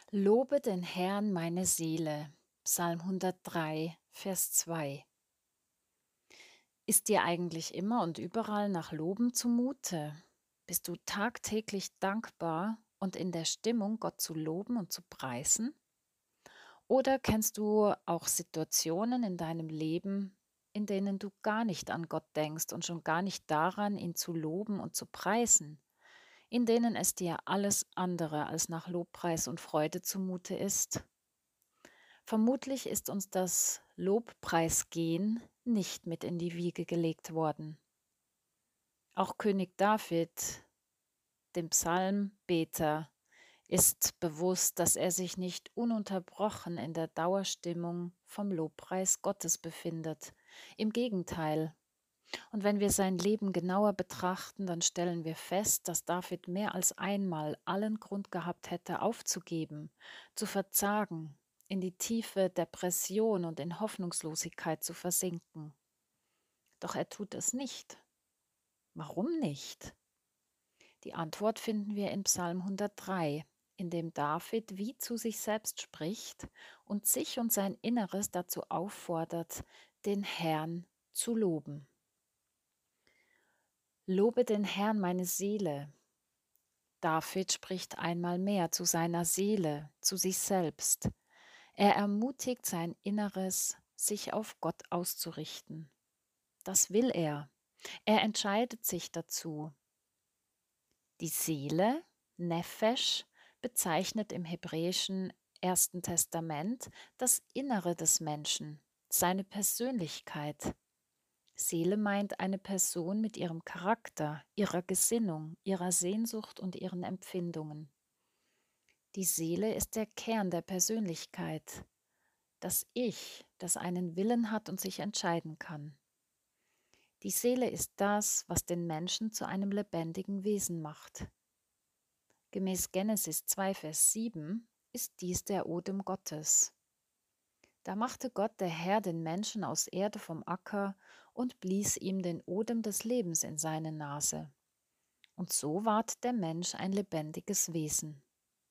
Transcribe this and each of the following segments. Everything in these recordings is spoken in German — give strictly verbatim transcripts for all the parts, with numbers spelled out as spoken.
Lobe den Herrn, meine Seele. Psalm hundertdrei, Vers zwei. Ist dir eigentlich immer und überall nach Loben zumute? Bist du tagtäglich dankbar und in der Stimmung, Gott zu loben und zu preisen? Oder kennst du auch Situationen in deinem Leben, in denen du gar nicht an Gott denkst und schon gar nicht daran, ihn zu loben und zu preisen, in denen es dir alles andere als nach Lobpreis und Freude zumute ist? Vermutlich ist uns das Lobpreisgehen nicht mit in die Wiege gelegt worden. Auch König David, dem Psalmbeter, ist bewusst, dass er sich nicht ununterbrochen in der Dauerstimmung vom Lobpreis Gottes befindet. Im Gegenteil. Und wenn wir sein Leben genauer betrachten, dann stellen wir fest, dass David mehr als einmal allen Grund gehabt hätte, aufzugeben, zu verzagen, in die tiefe Depression und in Hoffnungslosigkeit zu versinken. Doch er tut es nicht. Warum nicht? Die Antwort finden wir in Psalm hundertdrei, in dem David wie zu sich selbst spricht und sich und sein Inneres dazu auffordert, den Herrn zu loben. Lobe den Herrn, meine Seele. David spricht einmal mehr zu seiner Seele, zu sich selbst. Er ermutigt sein Inneres, sich auf Gott auszurichten. Das will er. Er entscheidet sich dazu. Die Seele, Nefesh, bezeichnet im hebräischen Ersten Testament das Innere des Menschen, seine Persönlichkeit. Seele meint eine Person mit ihrem Charakter, ihrer Gesinnung, ihrer Sehnsucht und ihren Empfindungen. Die Seele ist der Kern der Persönlichkeit, das Ich, das einen Willen hat und sich entscheiden kann. Die Seele ist das, was den Menschen zu einem lebendigen Wesen macht. Gemäß Genesis zwei, Vers sieben ist dies der Odem Gottes. Da machte Gott, der Herr, den Menschen aus Erde vom Acker und blies ihm den Odem des Lebens in seine Nase. Und so ward der Mensch ein lebendiges Wesen.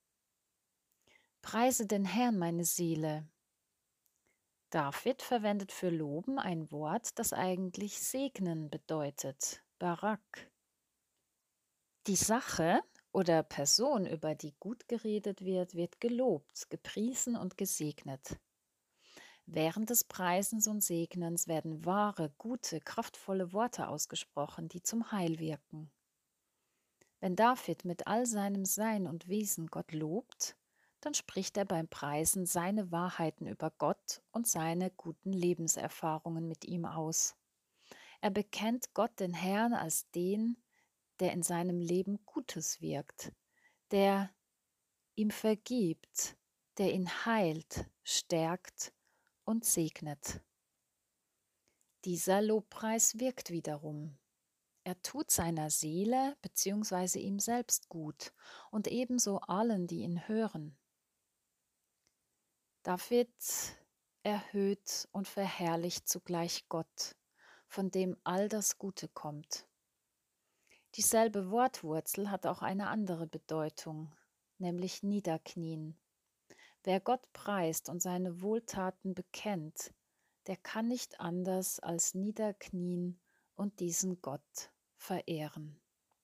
Preise den Herrn, meine Seele. David verwendet für Loben ein Wort, das eigentlich segnen bedeutet, Barak. Die Sache oder Person, über die gut geredet wird, wird gelobt, gepriesen und gesegnet. Während des Preisens und Segnens werden wahre, gute, kraftvolle Worte ausgesprochen, die zum Heil wirken. Wenn David mit all seinem Sein und Wesen Gott lobt, dann spricht er beim Preisen seine Wahrheiten über Gott und seine guten Lebenserfahrungen mit ihm aus. Er bekennt Gott, den Herrn, als den, der in seinem Leben Gutes wirkt, der ihm vergibt, der ihn heilt, stärkt und segnet. Dieser Lobpreis wirkt wiederum. Er tut seiner Seele bzw. ihm selbst gut und ebenso allen, die ihn hören. David erhöht und verherrlicht zugleich Gott, von dem all das Gute kommt. Dieselbe Wortwurzel hat auch eine andere Bedeutung, nämlich niederknien. Wer Gott preist und seine Wohltaten bekennt, der kann nicht anders als niederknien und diesen Gott verehren.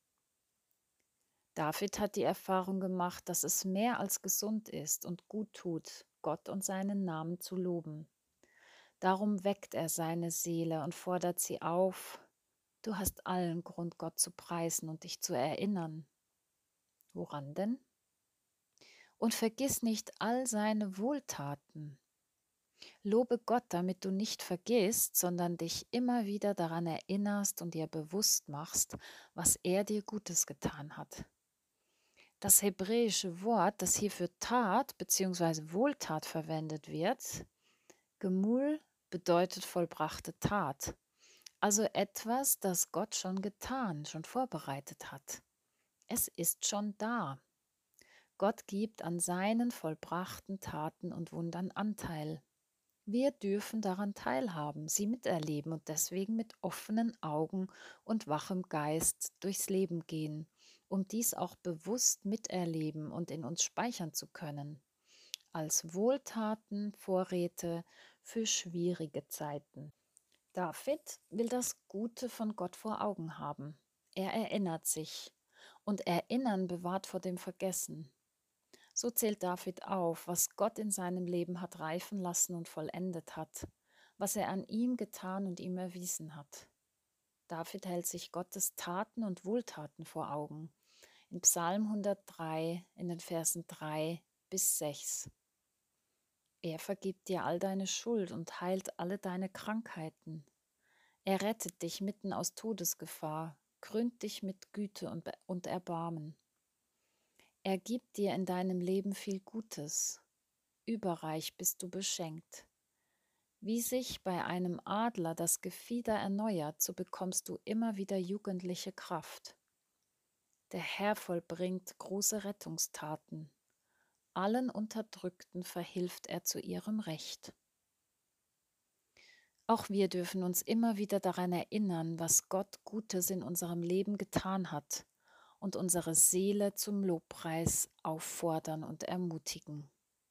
David hat die Erfahrung gemacht, dass es mehr als gesund ist und gut tut, Gott und seinen Namen zu loben. Darum weckt er seine Seele und fordert sie auf: Du hast allen Grund, Gott zu preisen und dich zu erinnern. Woran denn? Und vergiss nicht all seine Wohltaten. Lobe Gott, damit du nicht vergisst, sondern dich immer wieder daran erinnerst und dir bewusst machst, was er dir Gutes getan hat. Das hebräische Wort, das hier für Tat bzw. Wohltat verwendet wird, Gemul, bedeutet vollbrachte Tat. Also etwas, das Gott schon getan, schon vorbereitet hat. Es ist schon da. Gott gibt an seinen vollbrachten Taten und Wundern Anteil. Wir dürfen daran teilhaben, sie miterleben und deswegen mit offenen Augen und wachem Geist durchs Leben gehen, um dies auch bewusst miterleben und in uns speichern zu können. als Wohltaten, Vorräte für schwierige Zeiten. David will das Gute von Gott vor Augen haben. Er erinnert sich. Und Erinnern bewahrt vor dem Vergessen. So zählt David auf, was Gott in seinem Leben hat reifen lassen und vollendet hat, was er an ihm getan und ihm erwiesen hat. David hält sich Gottes Taten und Wohltaten vor Augen. In Psalm hundertdrei, in den Versen drei bis sechs. Er vergibt dir all deine Schuld und heilt alle deine Krankheiten. Er rettet dich mitten aus Todesgefahr, krönt dich mit Güte und, und Erbarmen. Er gibt dir in deinem Leben viel Gutes. Überreich bist du beschenkt. Wie sich bei einem Adler das Gefieder erneuert, so bekommst du immer wieder jugendliche Kraft. Der Herr vollbringt große Rettungstaten. Allen Unterdrückten verhilft er zu ihrem Recht. Auch wir dürfen uns immer wieder daran erinnern, was Gott Gutes in unserem Leben getan hat und unsere Seele zum Lobpreis auffordern und ermutigen.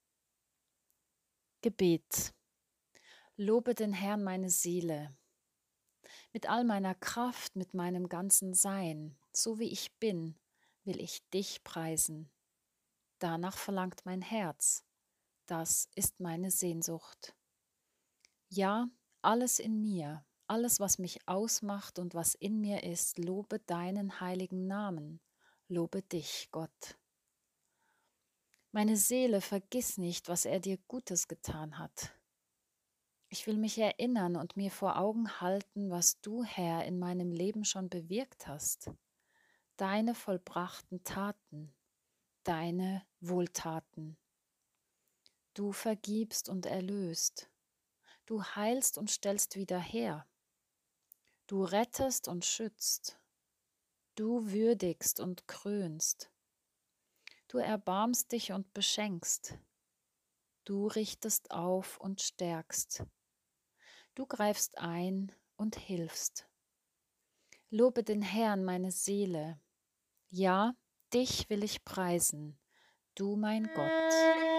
Gebet. Lobe den Herrn meine Seele. Mit all meiner Kraft, mit meinem ganzen Sein, so wie ich bin, will ich dich preisen. Danach verlangt mein Herz. Das ist meine Sehnsucht. Ja, alles in mir, alles, was mich ausmacht und was in mir ist, lobe deinen heiligen Namen. Lobe dich, Gott. Meine Seele, vergiss nicht, was er dir Gutes getan hat. Ich will mich erinnern und mir vor Augen halten, was du, Herr, in meinem Leben schon bewirkt hast. Deine vollbrachten Taten, deine Wohltaten. Du vergibst und erlöst. Du heilst und stellst wieder her. Du rettest und schützt. Du würdigst und krönst. Du erbarmst dich und beschenkst. Du richtest auf und stärkst. Du greifst ein und hilfst. Lobe den Herrn, meine Seele. Ja, dich will ich preisen, du mein Gott.